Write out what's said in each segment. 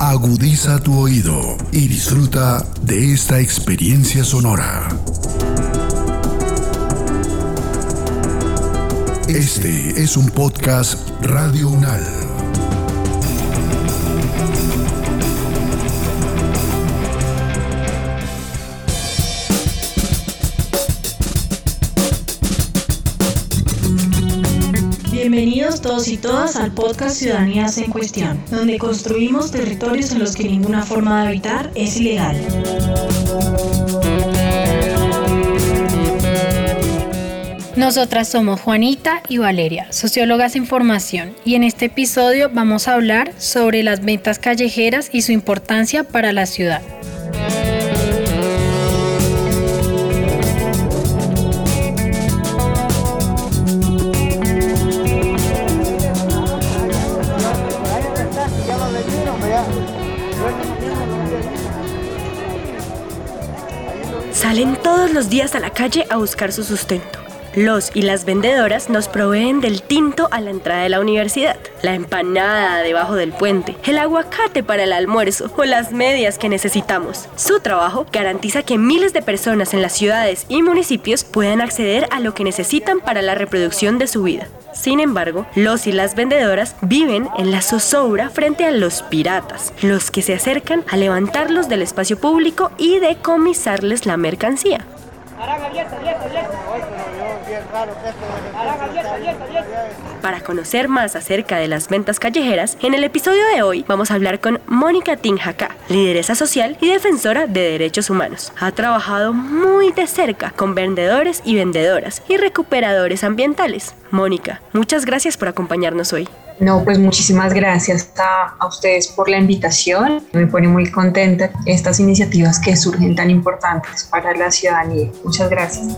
Agudiza tu oído y disfruta de esta experiencia sonora. Este es un podcast Radio Unal. Bienvenidos todos y todas al podcast Ciudadanías en Cuestión, donde construimos territorios en los que ninguna forma de habitar es ilegal. Nosotras somos Juanita y Valeria, sociólogas en formación, y en este episodio vamos a hablar sobre las ventas callejeras y su importancia para la ciudad. Salen todos los días a la calle a buscar su sustento. Los y las vendedoras nos proveen del tinto a la entrada de la universidad, la empanada debajo del puente, el aguacate para el almuerzo o las medias que necesitamos. Su trabajo garantiza que miles de personas en las ciudades y municipios puedan acceder a lo que necesitan para la reproducción de su vida. Sin embargo, los y las vendedoras viven en la zozobra frente a los piratas, los que se acercan a levantarlos del espacio público y decomisarles la mercancía. Para conocer más acerca de las ventas callejeras, en el episodio de hoy vamos a hablar con Mónica Tinjacá, lideresa social y defensora de derechos humanos. Ha trabajado muy de cerca con vendedores y vendedoras y recuperadores ambientales. Mónica, muchas gracias por acompañarnos hoy. No, pues muchísimas gracias a ustedes por la invitación. Me pone muy contenta estas iniciativas que surgen tan importantes para la ciudadanía. Muchas gracias.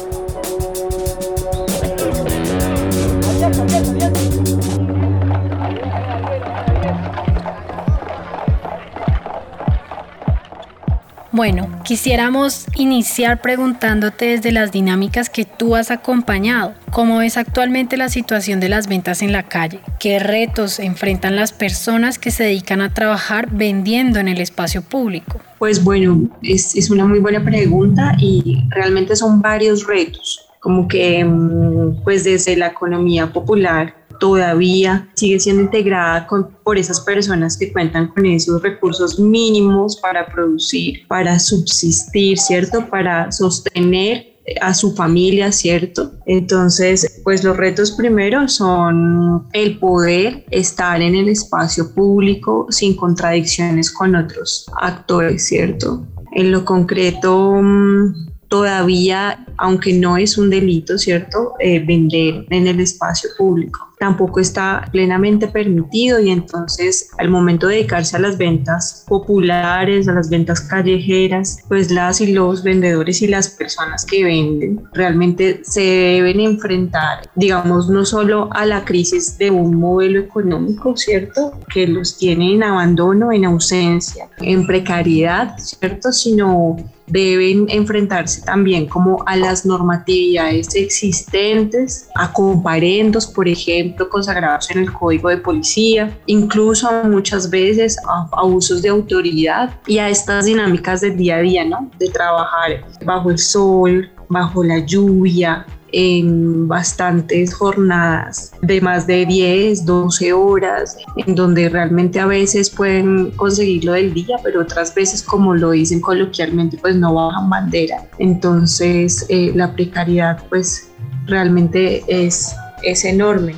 Bueno, quisiéramos iniciar preguntándote desde las dinámicas que tú has acompañado. ¿Cómo ves actualmente la situación de las ventas en la calle? ¿Qué retos enfrentan las personas que se dedican a trabajar vendiendo en el espacio público? Pues bueno, es una muy buena pregunta y realmente son varios retos. Como que pues desde la economía popular todavía sigue siendo integrada por esas personas que cuentan con esos recursos mínimos para producir, para subsistir, ¿cierto? Para sostener a su familia, ¿cierto? Entonces, pues los retos primero son el poder estar en el espacio público sin contradicciones con otros actores, ¿cierto? En lo concreto, todavía, aunque no es un delito, ¿cierto? Vender en el espacio público. Tampoco está plenamente permitido y entonces al momento de dedicarse a las ventas populares, a las ventas callejeras, pues las y los vendedores y las personas que venden realmente se deben enfrentar, digamos, no solo a la crisis de un modelo económico, ¿cierto? Que los tiene en abandono, en ausencia, en precariedad, ¿cierto? Sino deben enfrentarse también como a las normatividades existentes, a comparendos, por ejemplo, consagrados en el Código de Policía, incluso muchas veces a abusos de autoridad y a estas dinámicas del día a día, ¿no? De trabajar bajo el sol, bajo la lluvia, en bastantes jornadas de más de 10, 12 horas, en donde realmente a veces pueden conseguirlo del día, pero otras veces, como lo dicen coloquialmente, pues no bajan bandera. Entonces la precariedad pues realmente es enorme.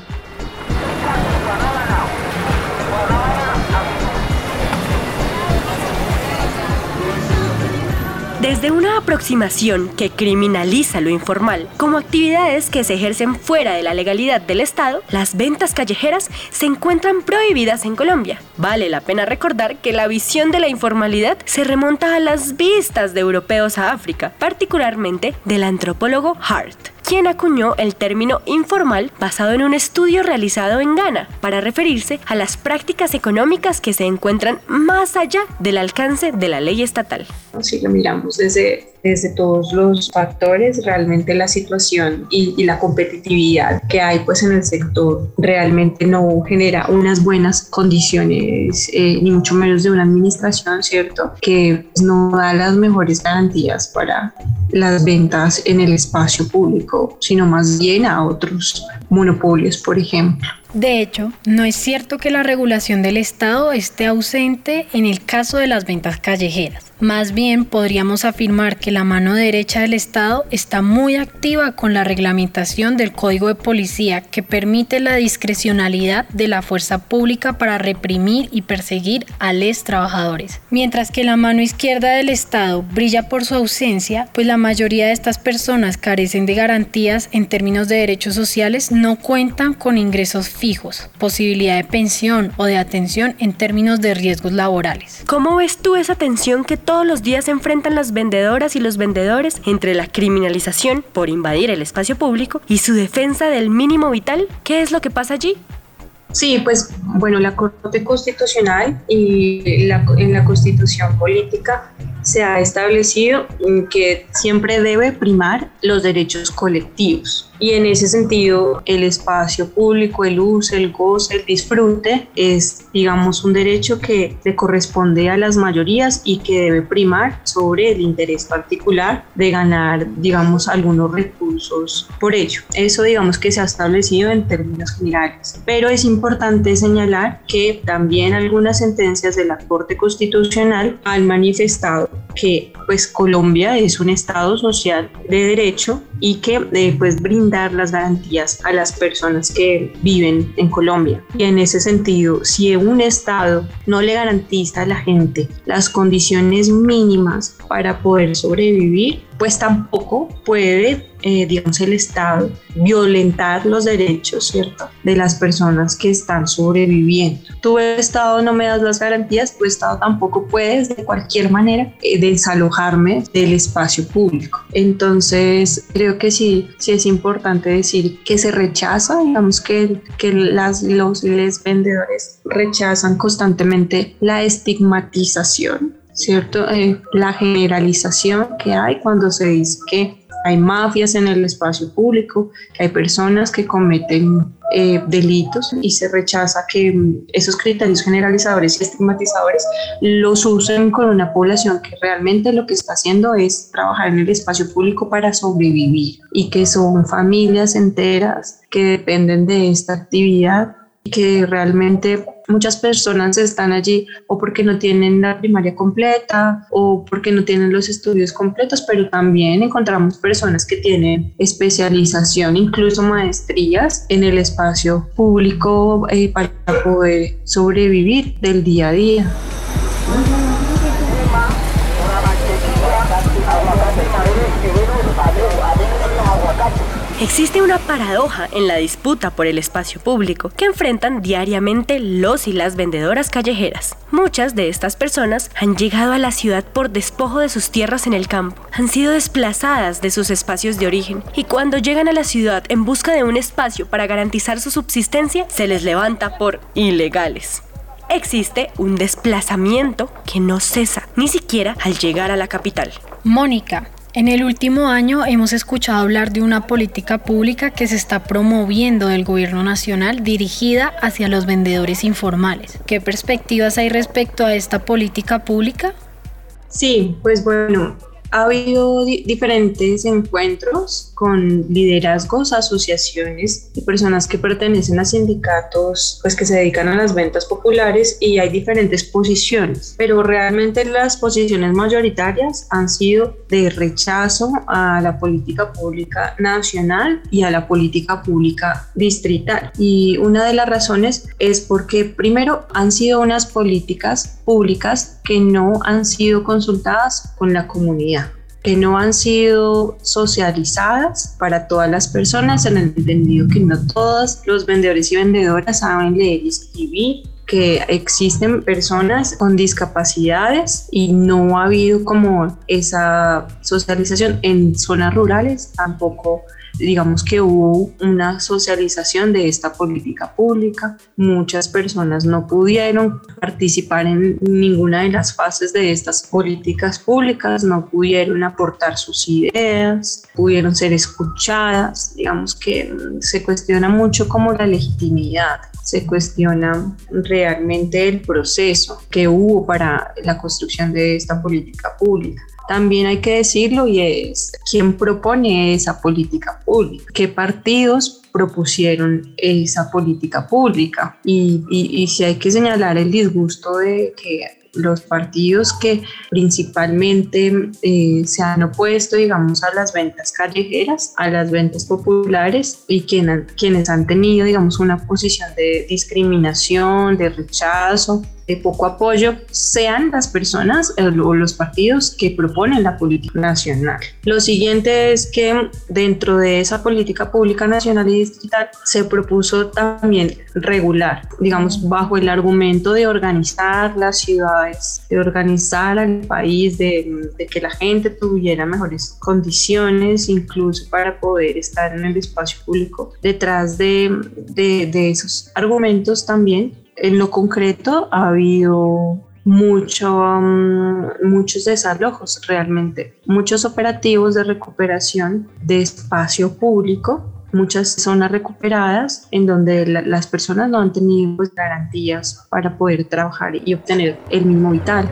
Desde una aproximación que criminaliza lo informal como actividades que se ejercen fuera de la legalidad del Estado, las ventas callejeras se encuentran prohibidas en Colombia. Vale la pena recordar que la visión de la informalidad se remonta a las vistas de europeos a África, particularmente del antropólogo Hart, quien acuñó el término informal basado en un estudio realizado en Ghana para referirse a las prácticas económicas que se encuentran más allá del alcance de la ley estatal. Si lo miramos desde desde todos los factores, realmente la situación y la competitividad que hay pues en el sector realmente no genera unas buenas condiciones, ni mucho menos de una administración, ¿cierto? Que pues, no da las mejores garantías para las ventas en el espacio público, sino más bien a otros monopolios, por ejemplo. De hecho, no es cierto que la regulación del Estado esté ausente en el caso de las ventas callejeras. Más bien, podríamos afirmar que la mano derecha del Estado está muy activa con la reglamentación del Código de Policía, que permite la discrecionalidad de la fuerza pública para reprimir y perseguir a los trabajadores. Mientras que la mano izquierda del Estado brilla por su ausencia, pues la mayoría de estas personas carecen de garantías en términos de derechos sociales, no cuentan con ingresos fijos, posibilidad de pensión o de atención en términos de riesgos laborales. ¿Cómo ves tú esa tensión que todos los días se enfrentan las vendedoras y los vendedores entre la criminalización por invadir el espacio público y su defensa del mínimo vital? ¿Qué es lo que pasa allí? Sí, pues bueno, la Corte Constitucional y en la Constitución Política se ha establecido que siempre debe primar los derechos colectivos. Y en ese sentido, el espacio público, el uso, el goce, el disfrute es, digamos, un derecho que le corresponde a las mayorías y que debe primar sobre el interés particular de ganar, digamos, algunos recursos por ello. Eso, digamos, que se ha establecido en términos generales. Pero es importante señalar que también algunas sentencias de la Corte Constitucional han manifestado que pues Colombia es un Estado social de derecho y que pues brindar las garantías a las personas que viven en Colombia. Y en ese sentido, si un Estado no le garantiza a la gente las condiciones mínimas para poder sobrevivir, pues tampoco puede, digamos, el Estado violentar los derechos, ¿cierto?, de las personas que están sobreviviendo. Tú, Estado, no me das las garantías, tu Estado tampoco puedes de cualquier manera desalojarme del espacio público. Entonces, creo que sí es importante decir que se rechaza, digamos, que los vendedores rechazan constantemente la estigmatización, ¿cierto? La generalización que hay cuando se dice que hay mafias en el espacio público, que hay personas que cometen delitos, y se rechaza que esos criterios generalizadores y estigmatizadores los usen con una población que realmente lo que está haciendo es trabajar en el espacio público para sobrevivir, y que son familias enteras que dependen de esta actividad, y que realmente muchas personas están allí o porque no tienen la primaria completa o porque no tienen los estudios completos, pero también encontramos personas que tienen especialización, incluso maestrías en el espacio público para poder sobrevivir del día a día. Existe una paradoja en la disputa por el espacio público que enfrentan diariamente los y las vendedoras callejeras. Muchas de estas personas han llegado a la ciudad por despojo de sus tierras en el campo, han sido desplazadas de sus espacios de origen, y cuando llegan a la ciudad en busca de un espacio para garantizar su subsistencia, se les levanta por ilegales. Existe un desplazamiento que no cesa, ni siquiera al llegar a la capital. Mónica, en el último año hemos escuchado hablar de una política pública que se está promoviendo del gobierno nacional dirigida hacia los vendedores informales. ¿Qué perspectivas hay respecto a esta política pública? Sí, pues bueno, ha habido diferentes encuentros con liderazgos, asociaciones de personas que pertenecen a sindicatos pues que se dedican a las ventas populares, y hay diferentes posiciones, pero realmente las posiciones mayoritarias han sido de rechazo a la política pública nacional y a la política pública distrital. Y una de las razones es porque primero han sido unas políticas públicas que no han sido consultadas con la comunidad, que no han sido socializadas para todas las personas, en el entendido que no todos los vendedores y vendedoras saben leer y escribir, que existen personas con discapacidades y no ha habido como esa socialización en zonas rurales, tampoco digamos que hubo una socialización de esta política pública. Muchas personas no pudieron participar en ninguna de las fases de estas políticas públicas, no pudieron aportar sus ideas, pudieron ser escuchadas. Digamos que se cuestiona mucho como la legitimidad, se cuestiona realmente el proceso que hubo para la construcción de esta política pública. También hay que decirlo, y es quién propone esa política pública, qué partidos propusieron esa política pública, y si hay que señalar el disgusto de que los partidos que principalmente se han opuesto, digamos, a las ventas callejeras, a las ventas populares, y quienes han tenido, digamos, una posición de discriminación, de rechazo, de poco apoyo, sean las personas o los partidos que proponen la política nacional. Lo siguiente es que dentro de esa política pública nacional y distrital se propuso también regular, digamos, bajo el argumento de organizar las ciudades, de organizar al país, de que la gente tuviera mejores condiciones, incluso para poder estar en el espacio público. Detrás de esos argumentos también, en lo concreto, ha habido muchos desalojos, realmente, muchos operativos de recuperación de espacio público, muchas zonas recuperadas en donde las personas no han tenido, pues, garantías para poder trabajar y obtener el mismo vital.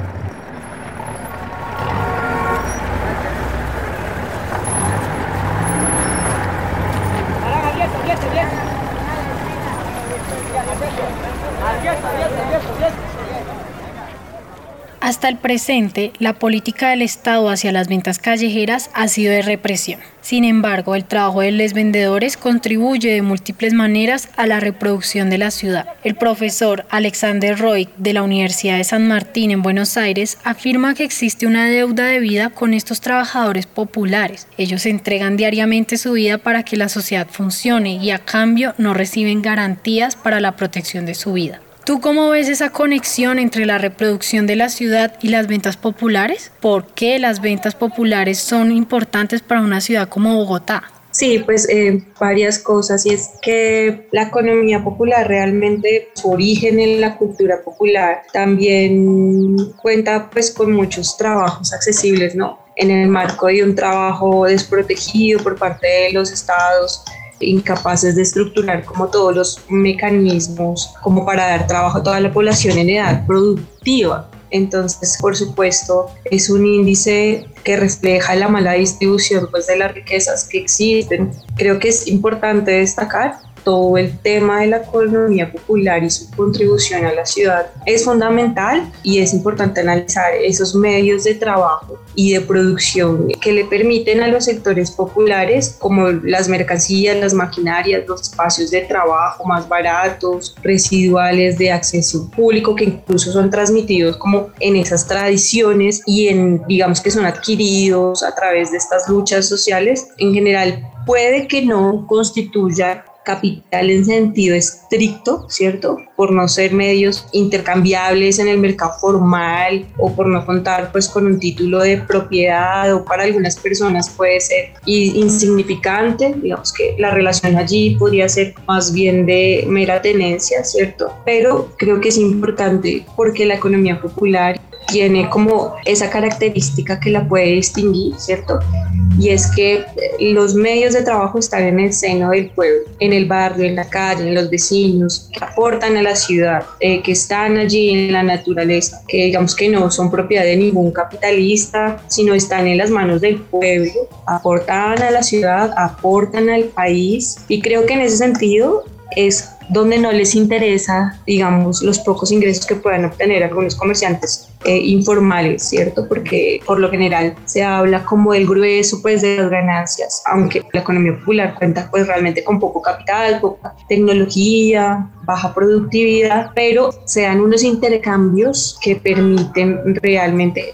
Hasta el presente, la política del Estado hacia las ventas callejeras ha sido de represión. Sin embargo, el trabajo de los vendedores contribuye de múltiples maneras a la reproducción de la ciudad. El profesor Alexander Roig de la Universidad de San Martín en Buenos Aires afirma que existe una deuda de vida con estos trabajadores populares. Ellos entregan diariamente su vida para que la sociedad funcione y a cambio no reciben garantías para la protección de su vida. ¿Tú cómo ves esa conexión entre la reproducción de la ciudad y las ventas populares? ¿Por qué las ventas populares son importantes para una ciudad como Bogotá? Sí, pues varias cosas, y es que la economía popular realmente, su origen en la cultura popular, también cuenta pues con muchos trabajos accesibles, ¿no? En el marco de un trabajo desprotegido por parte de los estados, incapaces de estructurar como todos los mecanismos como para dar trabajo a toda la población en edad productiva. Entonces, por supuesto, es un índice que refleja la mala distribución, pues, de las riquezas que existen. Creo que es importante destacar todo el tema de la economía popular y su contribución a la ciudad. Es fundamental y es importante analizar esos medios de trabajo y de producción que le permiten a los sectores populares, como las mercancías, las maquinarias, los espacios de trabajo más baratos, residuales, de acceso público, que incluso son transmitidos como en esas tradiciones y digamos que son adquiridos a través de estas luchas sociales. En general, puede que no constituya capital en sentido estricto, ¿cierto? Por no ser medios intercambiables en el mercado formal, o por no contar pues con un título de propiedad, o para algunas personas puede ser insignificante. Digamos que la relación allí podría ser más bien de mera tenencia, ¿cierto? Pero creo que es importante porque la economía popular tiene como esa característica que la puede distinguir, ¿cierto? Y es que los medios de trabajo están en el seno del pueblo, en el barrio, en la calle, en los vecinos, que aportan a la ciudad, que están allí en la naturaleza, que digamos que no son propiedad de ningún capitalista, sino están en las manos del pueblo, aportan a la ciudad, aportan al país, y creo que en ese sentido es donde no les interesa, digamos, los pocos ingresos que puedan obtener algunos comerciantes informales, ¿cierto? Porque por lo general se habla como del grueso, pues, de las ganancias, aunque la economía popular cuenta pues realmente con poco capital, poca tecnología, baja productividad, pero se dan unos intercambios que permiten realmente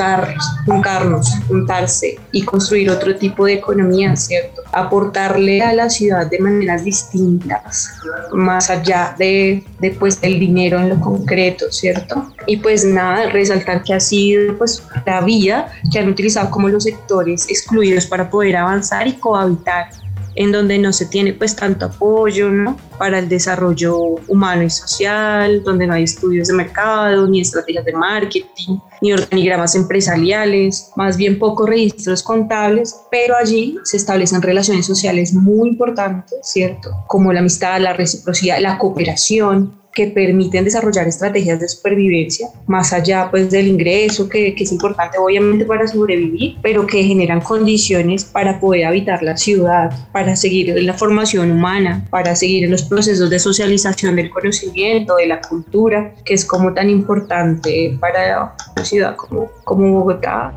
juntarse y construir otro tipo de economía, ¿cierto? Aportarle a la ciudad de maneras distintas, más allá de pues, el dinero en lo concreto, ¿cierto? Y pues nada, resaltar que ha sido pues la vía que han utilizado como los sectores excluidos para poder avanzar y cohabitar en donde no se tiene pues tanto apoyo, ¿no?, para el desarrollo humano y social, donde no hay estudios de mercado, ni estrategias de marketing, ni organigramas empresariales, más bien pocos registros contables, pero allí se establecen relaciones sociales muy importantes, ¿cierto?, como la amistad, la reciprocidad, la cooperación, que permiten desarrollar estrategias de supervivencia, más allá pues del ingreso, que es importante obviamente para sobrevivir, pero que generan condiciones para poder habitar la ciudad, para seguir en la formación humana, para seguir en los procesos de socialización del conocimiento, de la cultura, que es como tan importante para una ciudad como Bogotá.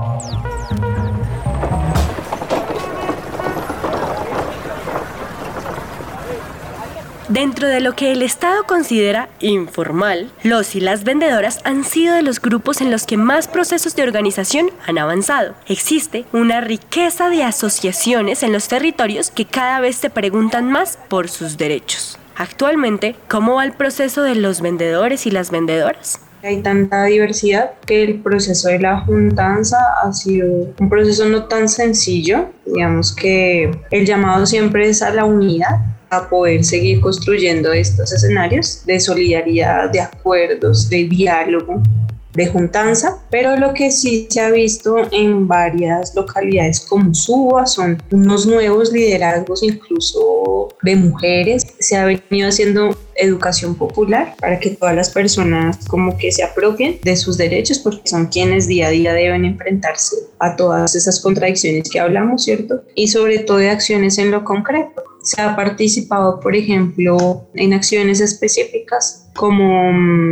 Dentro de lo que el Estado considera informal, los y las vendedoras han sido de los grupos en los que más procesos de organización han avanzado. Existe una riqueza de asociaciones en los territorios que cada vez se preguntan más por sus derechos. Actualmente, ¿cómo va el proceso de los vendedores y las vendedoras? Hay tanta diversidad que el proceso de la juntanza ha sido un proceso no tan sencillo. Digamos que el llamado siempre es a la unidad, a poder seguir construyendo estos escenarios de solidaridad, de acuerdos, de diálogo, de juntanza, pero lo que sí se ha visto en varias localidades como Suba son unos nuevos liderazgos incluso de mujeres. Se ha venido haciendo educación popular para que todas las personas como que se apropien de sus derechos, porque son quienes día a día deben enfrentarse a todas esas contradicciones que hablamos, ¿cierto? Y sobre todo de acciones en lo concreto. Se ha participado, por ejemplo, en acciones específicas como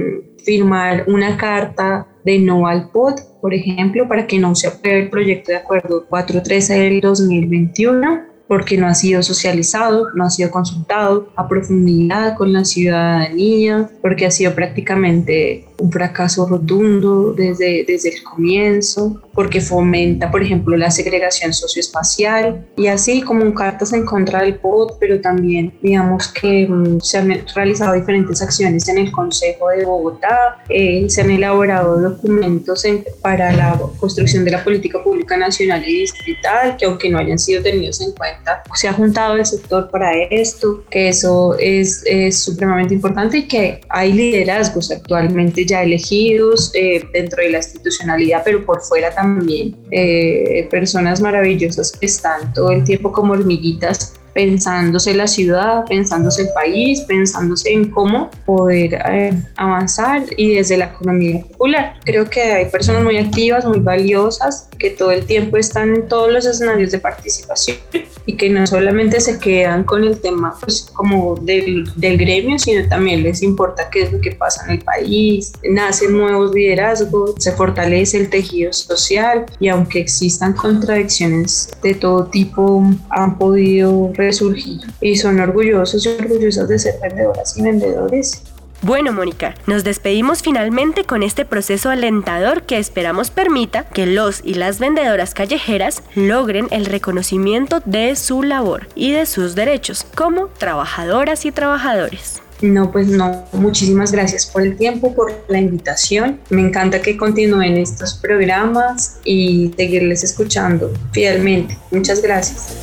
firmar una carta de no al POT, por ejemplo, para que no se apruebe el proyecto de acuerdo 413 del 2021, porque no ha sido socializado, no ha sido consultado a profundidad con la ciudadanía, porque ha sido prácticamente un fracaso rotundo desde el comienzo, porque fomenta, por ejemplo, la segregación socioespacial, y así como cartas en contra del POT, pero también digamos que se han realizado diferentes acciones en el Consejo de Bogotá, se han elaborado documentos para la construcción de la política pública nacional y distrital, que aunque no hayan sido tenidos en cuenta, se ha juntado el sector para esto, que eso es supremamente importante, y que hay liderazgos actualmente ya elegidos dentro de la institucionalidad, pero por fuera también, personas maravillosas que están todo el tiempo como hormiguitas pensándose la ciudad, pensándose el país, pensándose en cómo poder avanzar, y desde la economía popular. Creo que hay personas muy activas, muy valiosas, que todo el tiempo están en todos los escenarios de participación y que no solamente se quedan con el tema pues como del gremio, sino también les importa qué es lo que pasa en el país, nacen nuevos liderazgos, se fortalece el tejido social, y aunque existan contradicciones de todo tipo, han podido resurgir y son orgullosos y orgullosas de ser vendedoras y vendedores. Bueno, Mónica, nos despedimos finalmente con este proceso alentador que esperamos permita que los y las vendedoras callejeras logren el reconocimiento de su labor y de sus derechos como trabajadoras y trabajadores. Muchísimas gracias por el tiempo, por la invitación. Me encanta que continúen estos programas y seguirles escuchando fielmente. Muchas gracias.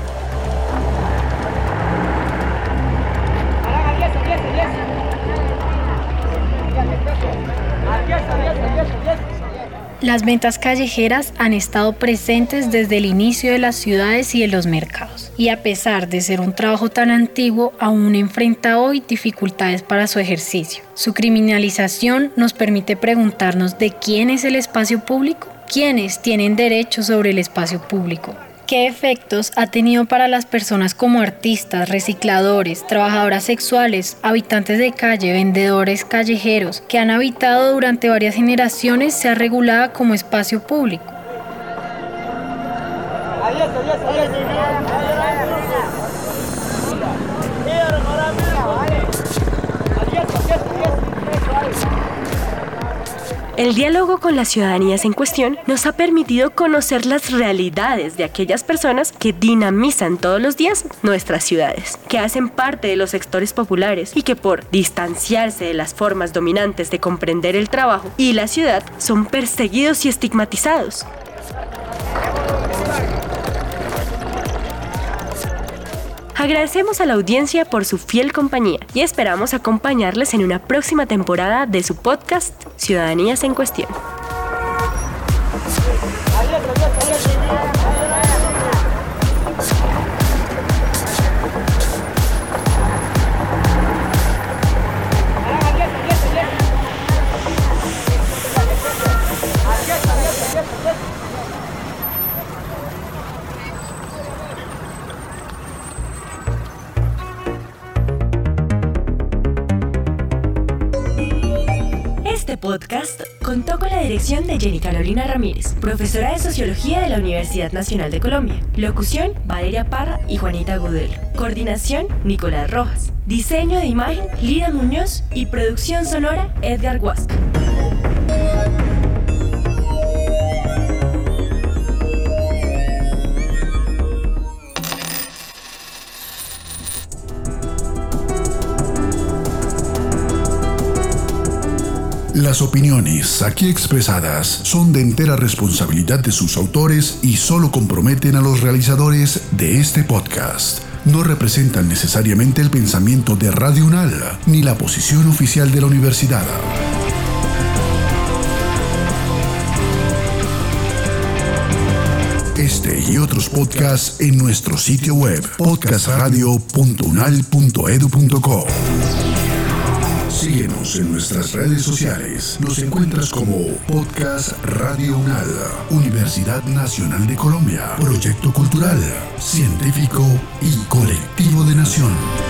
Las ventas callejeras han estado presentes desde el inicio de las ciudades y de los mercados, y a pesar de ser un trabajo tan antiguo, aún enfrenta hoy dificultades para su ejercicio. Su criminalización nos permite preguntarnos de quién es el espacio público, quiénes tienen derecho sobre el espacio público. ¿Qué efectos ha tenido para las personas como artistas, recicladores, trabajadoras sexuales, habitantes de calle, vendedores callejeros, que han habitado durante varias generaciones, sea regulada como espacio público? El diálogo con las ciudadanías en cuestión nos ha permitido conocer las realidades de aquellas personas que dinamizan todos los días nuestras ciudades, que hacen parte de los sectores populares y que por distanciarse de las formas dominantes de comprender el trabajo y la ciudad son perseguidos y estigmatizados. Agradecemos a la audiencia por su fiel compañía y esperamos acompañarles en una próxima temporada de su podcast Ciudadanías en Cuestión. Este podcast contó con la dirección de Jenny Carolina Ramírez, profesora de Sociología de la Universidad Nacional de Colombia. Locución, Valeria Parra y Juanita Gudelo. Coordinación, Nicolás Rojas. Diseño de imagen, Lida Muñoz. Y producción sonora, Edgar Huasca. Las opiniones aquí expresadas son de entera responsabilidad de sus autores y solo comprometen a los realizadores de este podcast. No representan necesariamente el pensamiento de Radio UNAL ni la posición oficial de la universidad. Este y otros podcasts en nuestro sitio web podcastradio.unal.edu.co. Síguenos en nuestras redes sociales. Nos encuentras como Podcast Radio UNAL, Universidad Nacional de Colombia, proyecto cultural, científico y colectivo de nación.